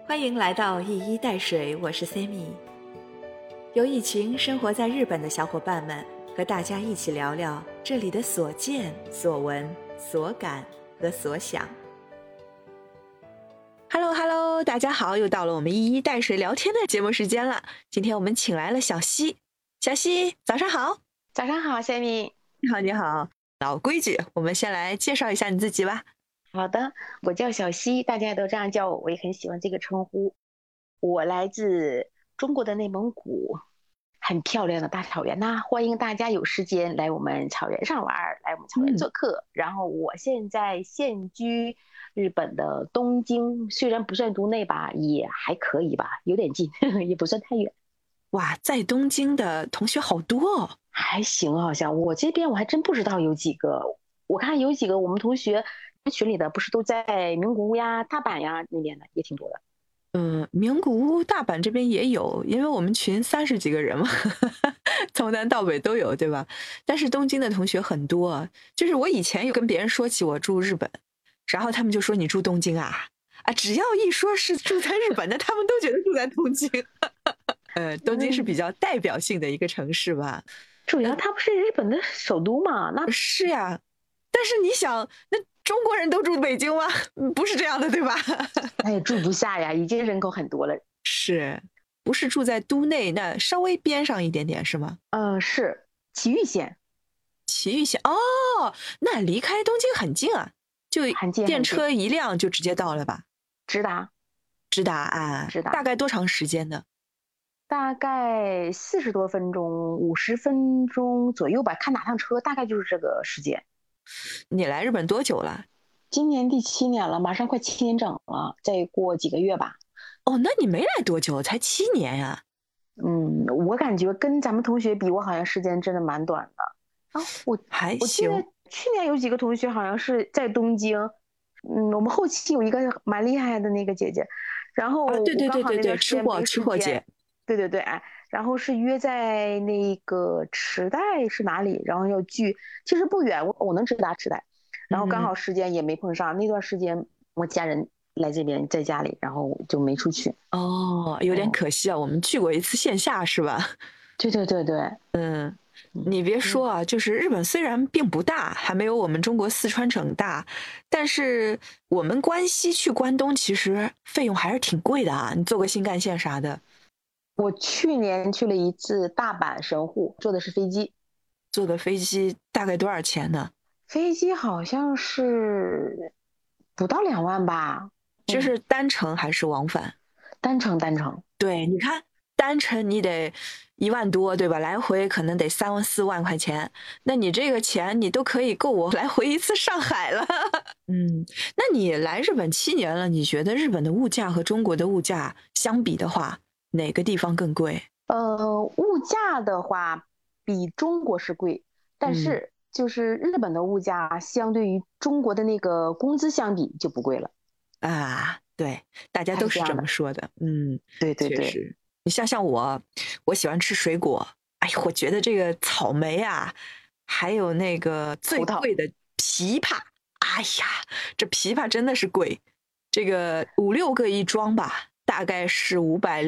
欢迎来到一衣带水，我是 Sammy。有一群生活在日本的小伙伴们，和大家一起聊聊这里的所见所闻所感和所想。Hello， 大家好，又到了我们一衣带水聊天的节目时间了。今天我们请来了小溪，小溪早上好。 早上好 Sammy。 你好你好。老规矩，我们先来介绍一下你自己吧。 好的，我叫小溪，大家也都这样叫我，我也很喜欢这个称呼。我来自中国的内蒙古，很漂亮的大草原呐，欢迎大家有时间来我们草原上玩，来我们草原做客。然后我现在现居日本的东京，虽然不算都内吧，也还可以吧，有点近也不算太远。 哇，在东京的同学好多哦。 还行，好像我这边我还真不知道有几个，我看有几个我们同学群里的不是都在名古屋呀、大阪呀那边的，也挺多的。 名古屋、大阪这边也有，因为我们群30几个人嘛，从南到北都有，对吧？但是东京的同学很多，就是我以前有跟别人说起我住日本，然后他们就说你住东京啊，只要一说是住在日本的，他们都觉得住在东京。东京是比较代表性的一个城市吧。 主要它不是日本的首都嘛？那是呀，但是你想，那中国人都住北京吗？不是这样的，对吧？ 那也住不下呀，已经人口很多了。 是，不是住在都内，那稍微边上一点点是吗？ 是埼玉县。 埼玉县哦，那离开东京很近啊，就很近， 电车一辆就直接到了吧？ 直达啊， 直达。 大概多长时间呢？ 大概40多分钟，50分钟左右吧，看哪趟车，大概就是这个时间。 你来日本多久了？ 今年第7年了，马上快7年整了，再过几个月吧。 哦，那你没来多久，才7年呀？ 我感觉跟咱们同学比，我好像时间真的蛮短的。我记得去年有几个同学好像是在东京，我们后期有一个蛮厉害的那个姐姐，然后对， 吃货姐， 对，然后是约在那个池袋是哪里，然后要聚，其实不远，我能直达池袋，然后刚好时间也没碰上，那段时间我家人来这边在家里，然后就没出去。 哦，有点可惜啊，我们去过一次线下是吧？ 对， 你别说啊，就是日本虽然并不大，还没有我们中国四川省大，但是我们关西去关东其实费用还是挺贵的啊。你坐个新干线啥的。 我去年去了一次大阪神户，坐的是飞机。 坐的飞机大概多少钱呢？ 飞机好像是不到2万吧。 这是单程还是往返？ 单程。 对，你看单程你得1万多，对吧？来回可能得3、4万块钱，那你这个钱你都可以够我来回一次上海了。那你来日本7年了，你觉得日本的物价和中国的物价相比的话，哪个地方更贵？ 物价的话比中国是贵，但是就是日本的物价相对于中国的那个工资相比就不贵了啊。对，大家都是这么说的。 对， 确实。你像我喜欢吃水果，哎呦，我觉得这个草莓啊，还有那个最贵的枇杷，哎呀，这枇杷真的是贵，这个5、6个一装吧，大概是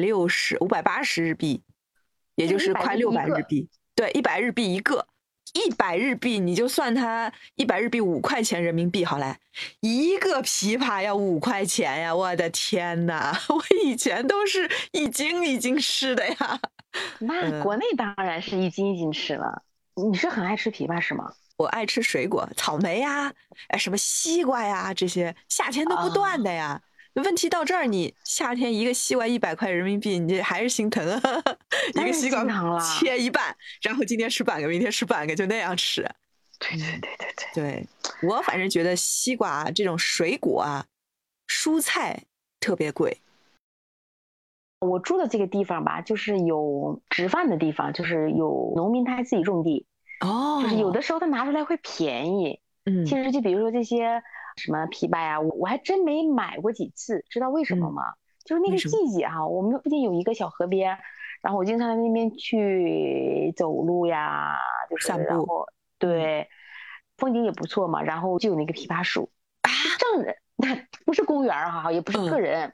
560、580日币，也就是快600日币。对，100日币一个。100日币，你就算它100日币5块钱人民币好嘞，一个枇杷要5块钱呀！我的天哪，我以前都是一斤一斤吃的呀。 那国内当然是一斤一斤吃了。你是很爱吃枇杷是吗？ 我爱吃水果，草莓呀，什么西瓜呀，这些夏天都不断的呀。问题到这儿，你夏天一个西瓜100块人民币，你这还是心疼啊！一个西瓜切一半，然后今天吃半个，明天吃半个，就那样吃。对，我反正觉得西瓜这种水果啊，蔬菜特别贵。 我住的这个地方吧，就是有直贩的地方，就是有农民他自己种地。就是有的时候他拿出来会便宜。其实就比如说这些什么枇杷呀，我还真没买过几次，知道为什么吗？就是那个季节哈，我们附近有一个小河边，然后我经常在那边去走路呀，就是散步， 然后对，风景也不错嘛。然后就有那个枇杷树，正人，不是公园哈，也不是个人，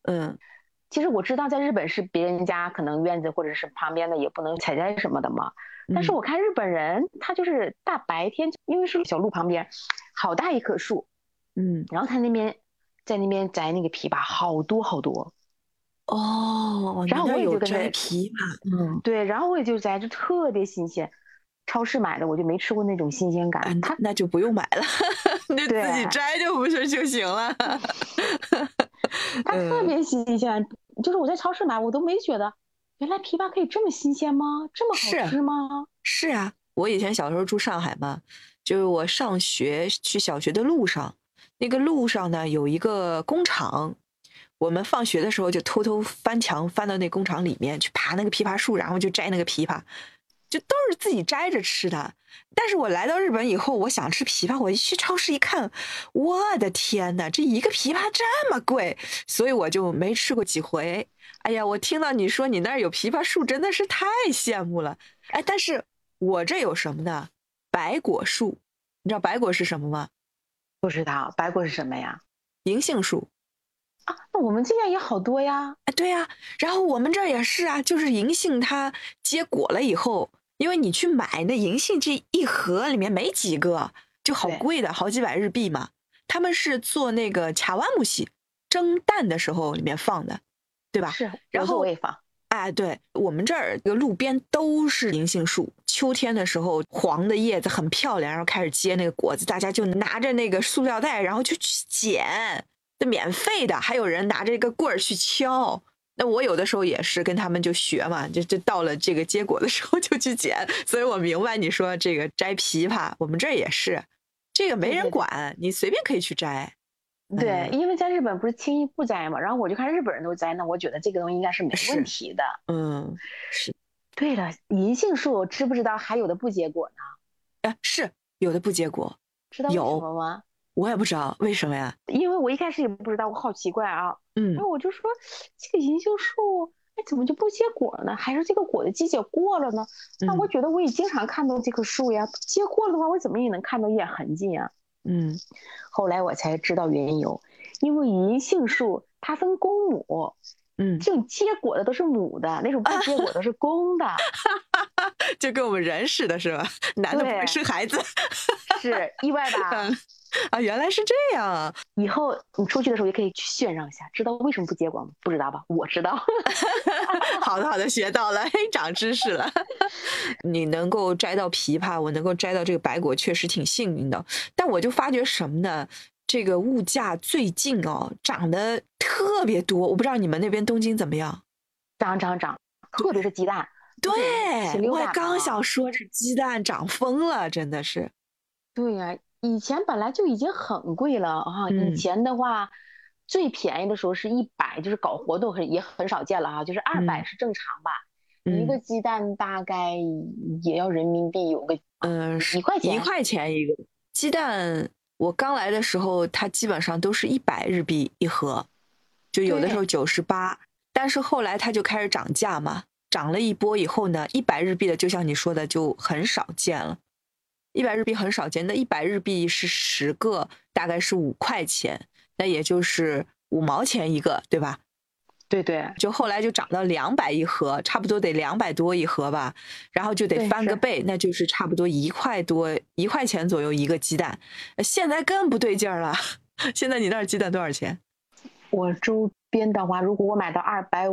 其实我知道在日本是别人家可能院子或者是旁边的也不能采摘什么的嘛，但是我看日本人他就是大白天，因为是小路旁边，好大一棵树，然后他在那边摘那个枇杷，好多好多。 哦， 然后我也就跟摘枇杷， 对，然后我也就摘，就特别新鲜。超市买的我就没吃过那种新鲜感， 那就不用买了，你就自己摘就行了。 它特别新鲜，就是我在超市买，我都没觉得，原来枇杷可以这么新鲜吗？这么好吃吗？ 是啊，我以前小时候住上海嘛，就是我上学去小学的路上，那个路上呢有一个工厂，我们放学的时候就偷偷翻墙翻到那工厂里面去爬那个枇杷树，然后就摘那个枇杷。就都是自己摘着吃的，但是我来到日本以后，我想吃枇杷，我一去超市一看，我的天哪，这一个枇杷这么贵，所以我就没吃过几回。哎呀，我听到你说你那儿有枇杷树，真的是太羡慕了。哎，但是我这有什么呢？白果树，你知道白果是什么吗？ 不知道，白果是什么呀？ 银杏树。 啊，那我们这边也好多呀。 哎，对呀，然后我们这儿也是啊，就是银杏它结果了以后。因为你去买那银杏这一盒里面没几个，就好贵的，好几百日币嘛。他们是做那个卡哇木西蒸蛋的时候里面放的，对吧？ 是， 然后我也放。 哎，对我们这儿这个路边都是银杏树，秋天的时候黄的叶子很漂亮，然后开始结那个果子，大家就拿着那个塑料袋，然后就去捡，这免费的，还有人拿着一个棍儿去敲。那我有的时候也是跟他们就学嘛，就到了这个结果的时候就去捡，所以我明白你说这个摘枇杷，我们这儿也是，这个没人管，你随便可以去摘。 对，因为在日本不是轻易不摘嘛，然后我就看日本人都摘，那我觉得这个东西应该是没问题的。 是。 对了，银杏树知不知道还有的不结果呢？ 是有的不结果， 知道为什么吗？ 我也不知道为什么呀， 因为我一开始也不知道，我好奇怪啊。然后我就说这个银杏树，哎，怎么就不结果呢？还是这个果的季节过了呢？那我觉得我也经常看到这棵树呀，结过了的话，我怎么也能看到一点痕迹呀？后来我才知道缘由，因为银杏树它分公母，这种结果的都是母的，那种不结果的是公的。 就跟我们人似的，是吧？男的不会生孩子， 是意外吧？ 啊，原来是这样啊！ 以后你出去的时候也可以去炫耀一下，知道为什么不结果吗？不知道吧？我知道。 好的，好的，学到了，长知识了。你能够摘到枇杷，我能够摘到这个白果，确实挺幸运的。但我就发觉什么呢？这个物价最近涨得特别多，我不知道你们那边东京怎么样？ 涨，特别是鸡蛋。 对，我刚想说这鸡蛋涨疯了，真的是。 对呀，以前本来就已经很贵了啊。以前的话，最便宜的时候是100，就是搞活动也很少见了啊，就是200是正常吧。一个鸡蛋大概也要人民币有个1块钱 ，1块钱一个鸡蛋。我刚来的时候，它基本上都是100日币一盒，就有的时候98，但是后来它就开始涨价嘛。涨了一波以后呢，100日币的就像你说的就很少见了，100日币很少见。那100日币是10个，大概是5块钱，那也就是5毛钱一个，对吧？ 对， 就后来就涨到200一盒，差不多得200多一盒吧，然后就得翻个倍，那就是差不多1块多，1块钱左右一个鸡蛋。现在更不对劲儿了，现在你那儿鸡蛋多少钱？ 我周边的话，如果我买到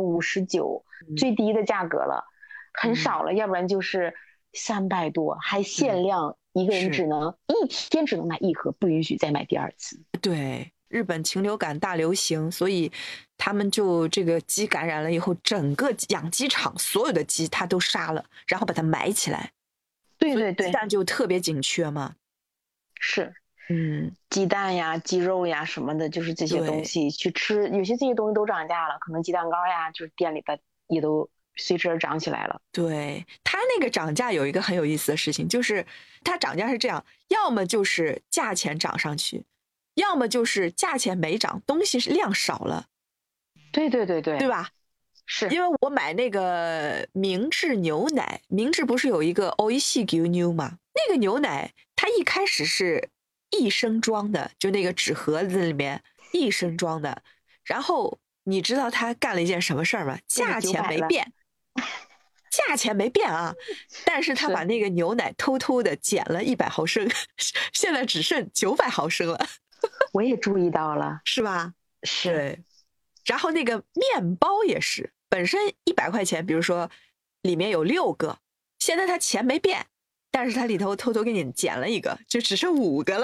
259，最低的价格了，很少了，要不然就是300多，还限量，一个人一天只能买一盒，不允许再买第2次。 对，日本禽流感大流行，所以他们就这个鸡感染了以后，整个养鸡场所有的鸡他都杀了，然后把它埋起来。 对， 鸡蛋就特别紧缺嘛。 是。鸡蛋呀、鸡肉呀什么的，就是这些东西去吃，有些这些东西都涨价了，可能鸡蛋糕呀，就是店里的也都随之而涨起来了。 对，它那个涨价有一个很有意思的事情，就是它涨价是这样，要么就是价钱涨上去，要么就是价钱没涨，东西是量少了。 对吧？ 是因为我买那个明治牛奶，明治不是有一个おいしい牛乳吗？那个牛奶它一开始是1升装的，就那个纸盒子里面1升装的，然后你知道他干了一件什么事儿吗？价钱没变，价钱没变啊，但是他把那个牛奶偷偷的减了100毫升，现在只剩900毫升了。 我也注意到了， 是吧？ 是。 对。然后那个面包也是，本身100块钱，比如说里面有6个，现在它钱没变，但是它里头偷偷给你减了1个，就只剩5个了。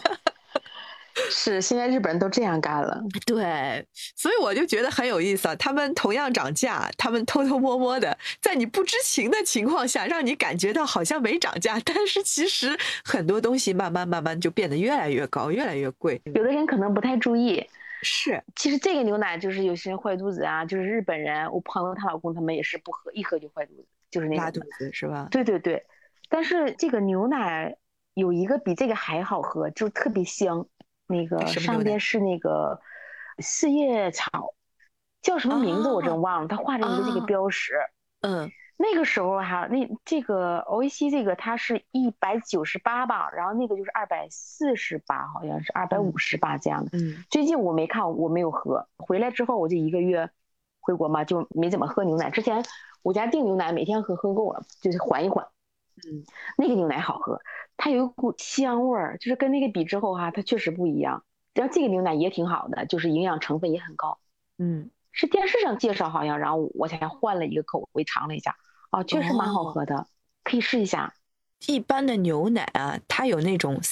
是，现在日本人都这样干了。 对，所以我就觉得很有意思啊。他们同样涨价，他们偷偷摸摸的，在你不知情的情况下，让你感觉到好像没涨价，但是其实很多东西慢慢就变得越来越高，越来越贵。 有的人可能不太注意。 是， 其实这个牛奶就是有些人坏肚子啊，就是日本人，我朋友她老公他们也是不喝，一喝就坏肚子，就是那种拉肚子是吧？ 对对对，但是这个牛奶有一个比这个还好喝，就特别香，那个上边是那个四叶草，叫什么名字我真忘了，他画着一个这个标识。那个时候这个欧伊西这个它是198吧，然后那个就是248，好像是258这样的。最近我没看，我没有喝。回来之后我就1个月回国嘛，就没怎么喝牛奶。之前我家订牛奶，每天喝够了，就是缓一缓。那个牛奶好喝，它有一股香味儿，就是跟那个比之后它确实不一样。然后这个牛奶也挺好的，就是营养成分也很高。是电视上介绍好像，然后我才换了一个口味尝了一下。确实蛮好喝的，可以试一下。 一般的牛奶啊，它有那种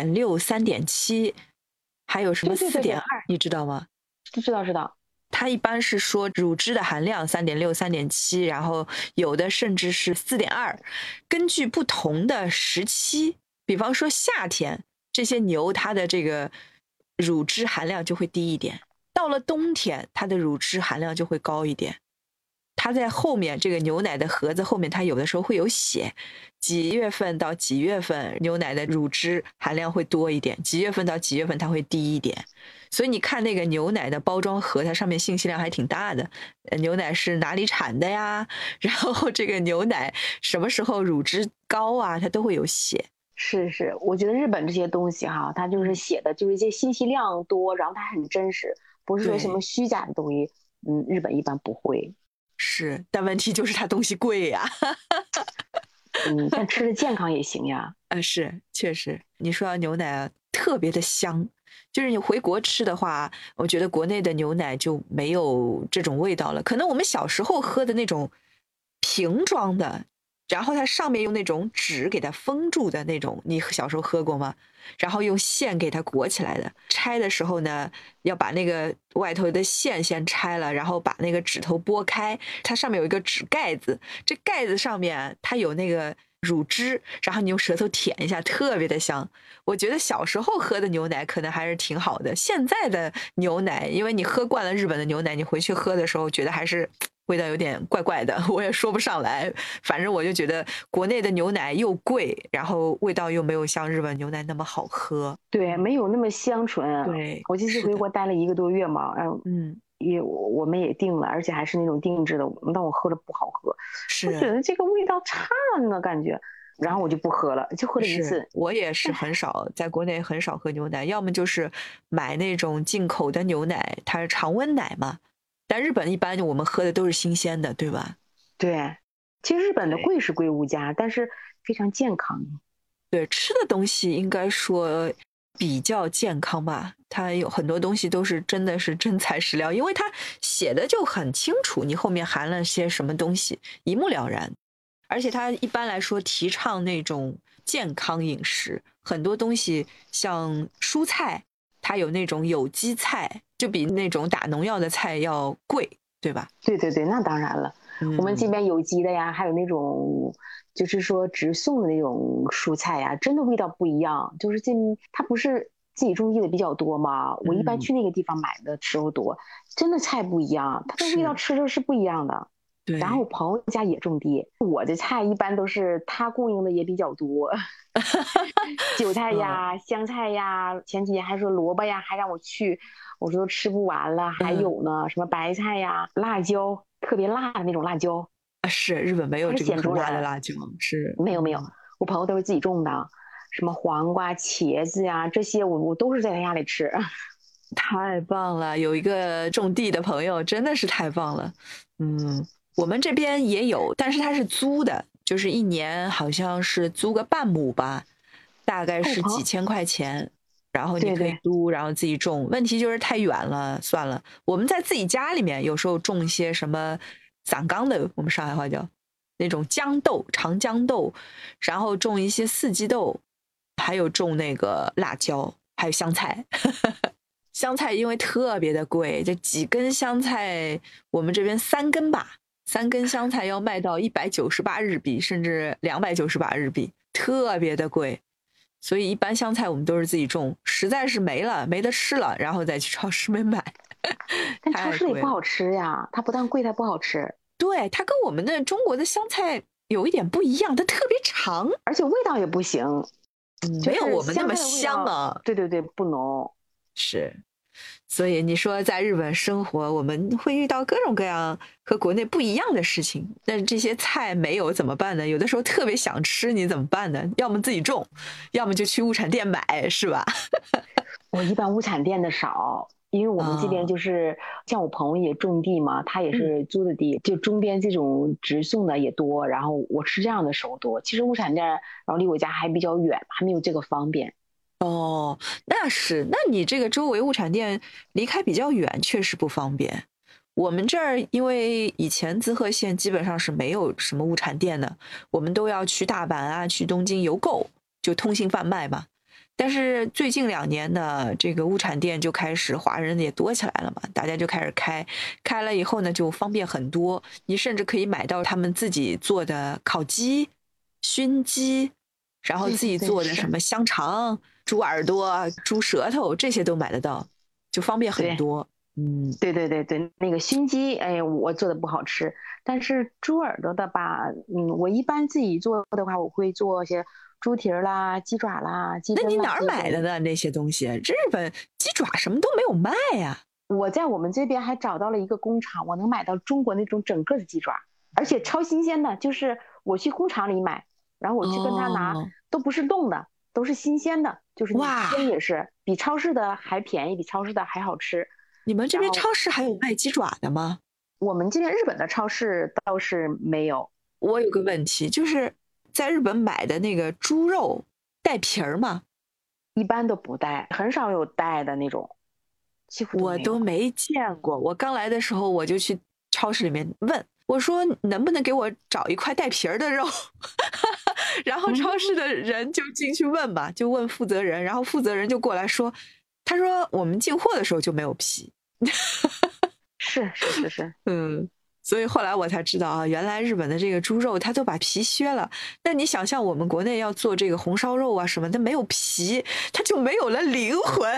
3.6、3.7，还有什么4.2，你知道吗？ 知道。 它一般是说乳汁的含量3.6、3.7，然后有的甚至是4.2，根据不同的时期，比方说夏天，这些牛它的这个乳汁含量就会低一点，到了冬天，它的乳汁含量就会高一点。它在后面这个牛奶的盒子后面，它有的时候会有写几月份到几月份牛奶的乳汁含量会多一点，几月份到几月份它会低一点。所以你看那个牛奶的包装盒，它上面信息量还挺大的，牛奶是哪里产的呀，然后这个牛奶什么时候乳汁高啊，它都会有写。 是，我觉得日本这些东西它就是写的就是一些信息量多，然后它很真实，不是说什么虚假的东西。日本一般不会。 是，但问题就是它东西贵呀。 但吃的健康也行呀。 是，确实，你说到牛奶啊，特别的香。就是你回国吃的话，我觉得国内的牛奶就没有这种味道了。可能我们小时候喝的那种瓶装的，然后它上面用那种纸给它封住的那种，你小时候喝过吗？然后用线给它裹起来的。拆的时候呢，要把那个外头的线先拆了，然后把那个纸头剥开，它上面有一个纸盖子，这盖子上面它有那个乳汁，然后你用舌头舔一下，特别的香。我觉得小时候喝的牛奶可能还是挺好的，现在的牛奶，因为你喝惯了日本的牛奶，你回去喝的时候觉得还是味道有点怪怪的，我也说不上来。反正我就觉得国内的牛奶又贵，然后味道又没有像日本牛奶那么好喝。 对，没有那么香醇。 对， 我这次回国待了1个多月嘛，我们也订了，而且还是那种定制的，但我喝了不好喝，我觉得这个味道差那感觉，然后我就不喝了，就喝了1次。 我也是很少，在国内很少喝牛奶，要么就是买那种进口的牛奶，它是常温奶嘛。但日本一般我们喝的都是新鲜的，对吧？ 对，其实日本的贵是贵无价，但是非常健康。 对，吃的东西应该说比较健康吧，它有很多东西都是真的是真材实料，因为它写的就很清楚，你后面含了些什么东西，一目了然。而且它一般来说提倡那种健康饮食，很多东西像蔬菜，它有那种有机菜，就比那种打农药的菜要贵，对吧？ 对，那当然了。我们这边有机的呀，还有那种就是说直送的那种蔬菜呀，真的味道不一样。就是它不是自己种地的比较多嘛，我一般去那个地方买的时候多，真的菜不一样，它的味道吃着是不一样的。 对。 然后我朋友家也种地，我的菜一般都是他供应的也比较多，韭菜呀、香菜呀，前几天还说萝卜呀，还让我去，我说都吃不完了。还有呢，什么白菜呀、辣椒。特别辣的那种辣椒是日本没有这个很辣的辣椒，是没有，我朋友都是自己种的，什么黄瓜、茄子呀，这些我都是在他家里吃。 太棒了，有一个种地的朋友真的是太棒了。我们这边也有，但是它是租的，就是一年好像是租个半亩吧，大概是几千块钱，然后你可以租，然后自己种。问题就是太远了，算了，我们在自己家里面有时候种一些什么散缸的，我们上海话叫那种豇豆、长豇豆，然后种一些四季豆，还有种那个辣椒，还有香菜。香菜因为特别的贵，就几根香菜，我们这边3根吧，3根香菜要卖到198日币，甚至298日币，特别的贵。所以一般香菜我们都是自己种，实在是没了没得吃了，然后再去超市里买。 但超市里不好吃呀，它不但贵，它不好吃。 对，它跟我们的中国的香菜有一点不一样，它特别长， 而且味道也不行， 没有我们那么香啊。 对对对，不浓。 是。所以你说在日本生活，我们会遇到各种各样和国内不一样的事情。但这些菜没有怎么办呢？有的时候特别想吃，你怎么办呢？要么自己种，要么就去物产店买，是吧？ 我一般物产店的少，因为我们这边就是像我朋友也种地嘛，他也是租的地，就中边这种直送的也多，然后我吃这样的时候多。其实物产店然后离我家还比较远，还没有这个方便。 哦，那是，那你这个周围物产店离开比较远，确实不方便。我们这儿因为以前滋贺县基本上是没有什么物产店的，我们都要去大阪啊，去东京邮购，就通信贩卖嘛。但是最近2年呢，这个物产店就开始华人也多起来了嘛，大家就开始开了以后呢，就方便很多。你甚至可以买到他们自己做的烤鸡、熏鸡，然后自己做的什么香肠、猪耳朵、猪舌头，这些都买得到，就方便很多。 对对对对，那个熏鸡，哎，我做的不好吃，但是猪耳朵的吧，我一般自己做的话，我会做些猪蹄儿啦、鸡爪啦、鸡胗啦。 那你哪儿买的呢？那些东西，日本鸡爪什么都没有卖呀。 我在我们这边还找到了一个工厂，我能买到中国那种整个的鸡爪，而且超新鲜的。就是我去工厂里买，然后我去跟他拿，都不是冻的，都是新鲜的，就是你吃也是比超市的还便宜，比超市的还好吃。 你们这边超市还有卖鸡爪的吗？ 我们这边日本的超市倒是没有。 我有个问题，就是在日本买的那个猪肉带皮儿吗？ 一般都不带，很少有带的那种，几乎我都没见过。我刚来的时候，我就去超市里面问我说：“能不能给我找一块带皮儿的肉？”然后超市的人就进去问嘛，就问负责人，然后负责人就过来说：“他说我们进货的时候就没有皮。” 是， 所以后来我才知道啊，原来日本的这个猪肉它都把皮削了。那你想象我们国内要做这个红烧肉啊什么的，没有皮，它就没有了灵魂。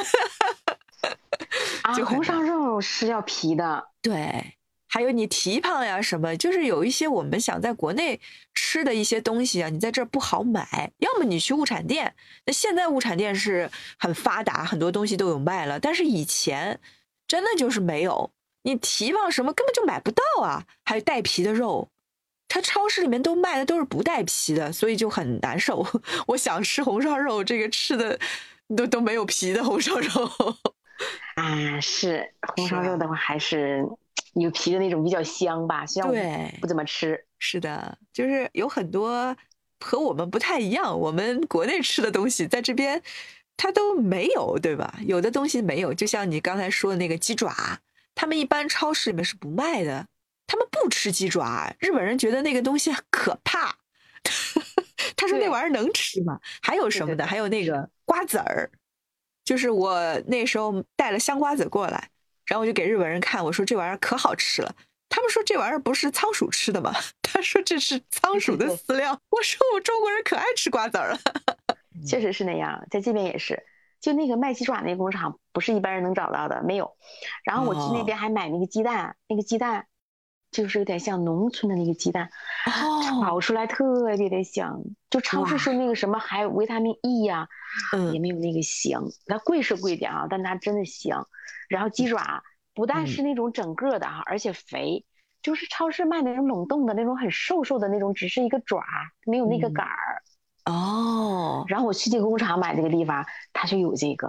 就红烧肉是要皮的， 对。还有你蹄膀呀什么，就是有一些我们想在国内吃的一些东西啊，你在这儿不好买，要么你去物产店。那现在物产店是很发达，很多东西都有卖了，但是以前真的就是没有。你蹄膀什么根本就买不到啊，还有带皮的肉，它超市里面都卖的都是不带皮的，所以就很难受。我想吃红烧肉，这个吃的都没有皮的红烧肉。 啊，是红烧肉的话还是有皮的那种比较香吧，虽然我不怎么吃。 是的，就是有很多和我们不太一样，我们国内吃的东西在这边它都没有，对吧？有的东西没有，就像你刚才说的那个鸡爪，他们一般超市里面是不卖的，他们不吃鸡爪，日本人觉得那个东西可怕。他说那玩意儿能吃吗？还有什么的？还有那个瓜子儿，就是我那时候带了香瓜子过来，然后我就给日本人看，我说这玩意儿可好吃了。他们说这玩意儿不是仓鼠吃的吗？他说这是仓鼠的饲料。我说我中国人可爱吃瓜子儿了。 确实是那样，在这边也是。就那个卖鸡爪那个工厂，不是一般人能找到的，没有。然后我去那边还买那个鸡蛋，那个鸡蛋就是有点像农村的那个鸡蛋，炒出来特别的香。就超市说那个什么还有维他命 E 呀，也没有那个香。它贵是贵点啊，但它真的香。然后鸡爪不但是那种整个的啊，而且肥，就是超市卖那种冷冻的那种很瘦瘦的那种，只是一个爪，没有那个杆儿。 然后我去这个工厂买这个地方，它就有这个。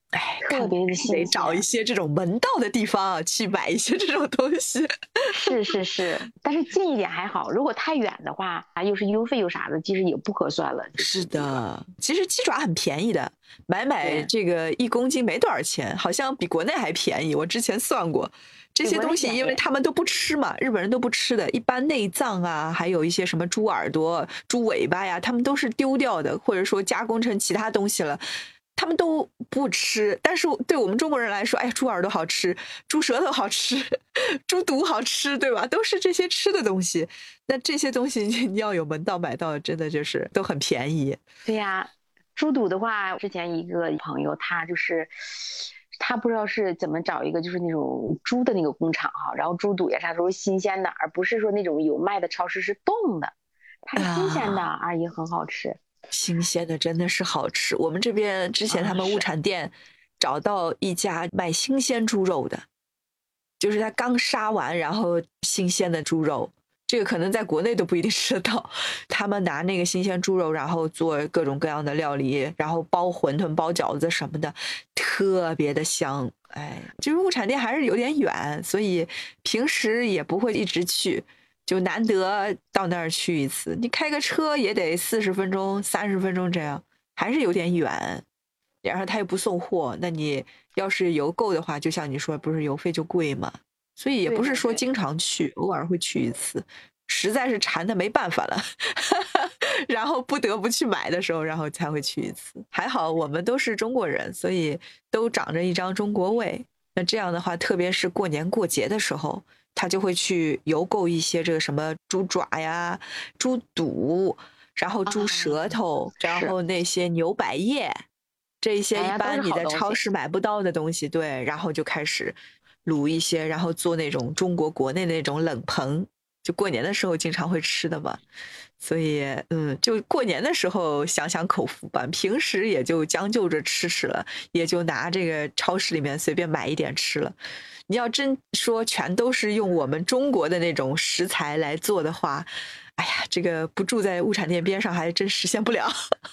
特别的新鲜， 得找一些这种门道的地方去买一些这种东西。 是，但是近一点还好，如果太远的话，又是邮费又啥的，其实也不合算了。 是的，其实鸡爪很便宜的，买这个1公斤没多少钱，好像比国内还便宜。我之前算过，这些东西因为他们都不吃嘛，日本人都不吃的，一般内脏啊，还有一些什么猪耳朵、猪尾巴呀，他们都是丢掉的，或者说加工成其他东西了。他们都不吃，但是对我们中国人来说，哎，猪耳朵好吃，猪舌头好吃，猪肚好吃，对吧？都是这些吃的东西。那这些东西你要有门道买到，真的就是都很便宜。 对呀，猪肚的话，之前一个朋友他不知道是怎么找一个就是那种猪的那个工厂哈，然后猪肚也啥都是新鲜的，而不是说那种有卖的超市是冻的，它是新鲜的，也很好吃。 新鲜的真的是好吃。我们这边之前他们物产店找到一家卖新鲜猪肉的，就是他刚杀完然后新鲜的猪肉，这个可能在国内都不一定吃得到。他们拿那个新鲜猪肉然后做各种各样的料理，然后包馄饨包饺子什么的，特别的香。就是物产店还是有点远，所以平时也不会一直去，就难得到那儿去一次，你开个车也得40分钟、30分钟这样，还是有点远。然后他又不送货，那你要是邮购的话，就像你说，不是邮费就贵嘛，所以也不是说经常去，偶尔会去一次，实在是馋的没办法了然后不得不去买的时候，然后才会去一次。还好我们都是中国人，所以都长着一张中国胃。那这样的话，特别是过年过节的时候，他就会去邮购一些这个什么猪爪呀、猪肚，然后猪舌头，然后那些牛百叶，这些一般你在超市买不到的东西，对，然后就开始卤一些，然后做那种中国国内那种冷盆，就过年的时候经常会吃的嘛。所以就过年的时候享享口福吧，平时也就将就着吃了，也就拿这个超市里面随便买一点吃了。你要真说全都是用我们中国的那种食材来做的话，哎呀，这个不住在物产店边上还真实现不了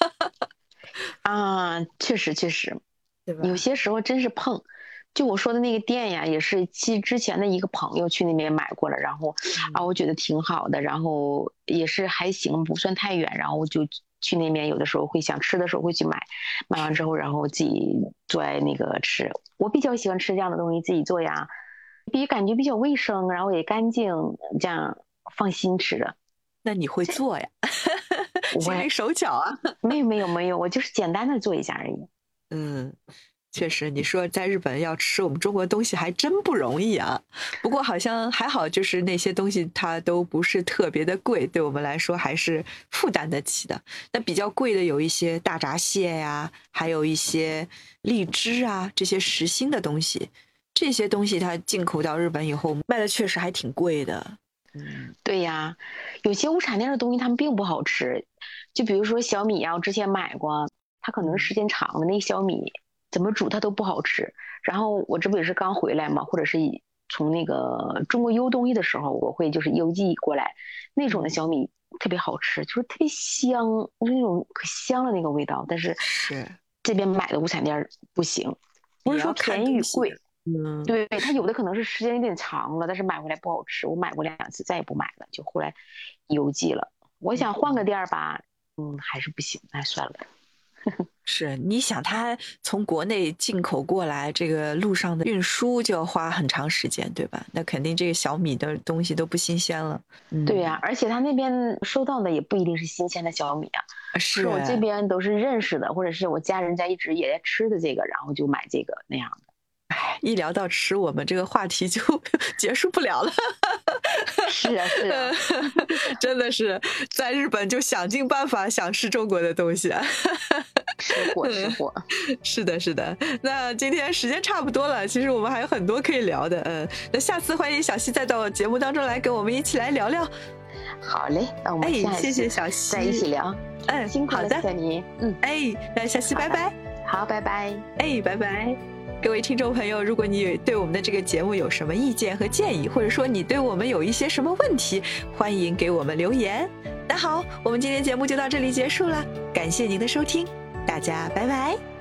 确实， 对吧？ 有些时候真是碰。就我说的那个店呀，也是之前的一个朋友去那边买过了，然后我觉得挺好的，然后也是还行，不算太远，然后就去那边，有的时候会想吃的时候会去买完之后，然后自己做那个吃。我比较喜欢吃这样的东西，自己做呀，感觉比较卫生，然后也干净，这样放心吃的。 那你会做呀？心灵手巧啊？ 没有，我就是简单的做一下而已。 确实，你说在日本要吃我们中国的东西还真不容易啊。不过好像还好，就是那些东西它都不是特别的贵，对我们来说还是负担得起的。那比较贵的有一些大闸蟹呀，还有一些荔枝啊，这些实心的东西。这些东西它进口到日本以后卖的确实还挺贵的。 对呀，有些物产店的东西他们并不好吃，就比如说小米呀，我之前买过，它可能时间长了，那小米怎么煮它都不好吃。然后我这不也是刚回来嘛，或者是从那个中国邮东西的时候，我会就是邮寄过来那种的小米特别好吃，就是特别香，就是那种可香的那个味道。但是这边买的物产店不行，不是说便宜与贵。对，它有的可能是时间有点长了，但是买回来不好吃。我买过2次，再也不买了，就后来邮寄了。我想换个店吧，还是不行，那算了。 是，你想它从国内进口过来，这个路上的运输就要花很长时间，对吧？那肯定这个小米的东西都不新鲜了。 对呀，而且他那边收到的也不一定是新鲜的小米啊，是我这边都是认识的，或者是我家人一直也在吃的这个，然后就买这个那样的。 一聊到吃，我们这个话题就结束不了了。 是啊， 真的是在日本就想尽办法想吃中国的东西。 吃货。 是的。那今天时间差不多了，其实我们还有很多可以聊的。那下次欢迎小溪再到节目当中来跟我们一起来聊聊。 好嘞，那我们谢谢小溪， 再一起聊。辛苦了，小妮。 那小溪拜拜。 好，拜拜。 拜拜。各位听众朋友，如果你对我们的这个节目有什么意见和建议，或者说你对我们有一些什么问题，欢迎给我们留言。那好，我们今天节目就到这里结束了，感谢您的收听，大家拜拜。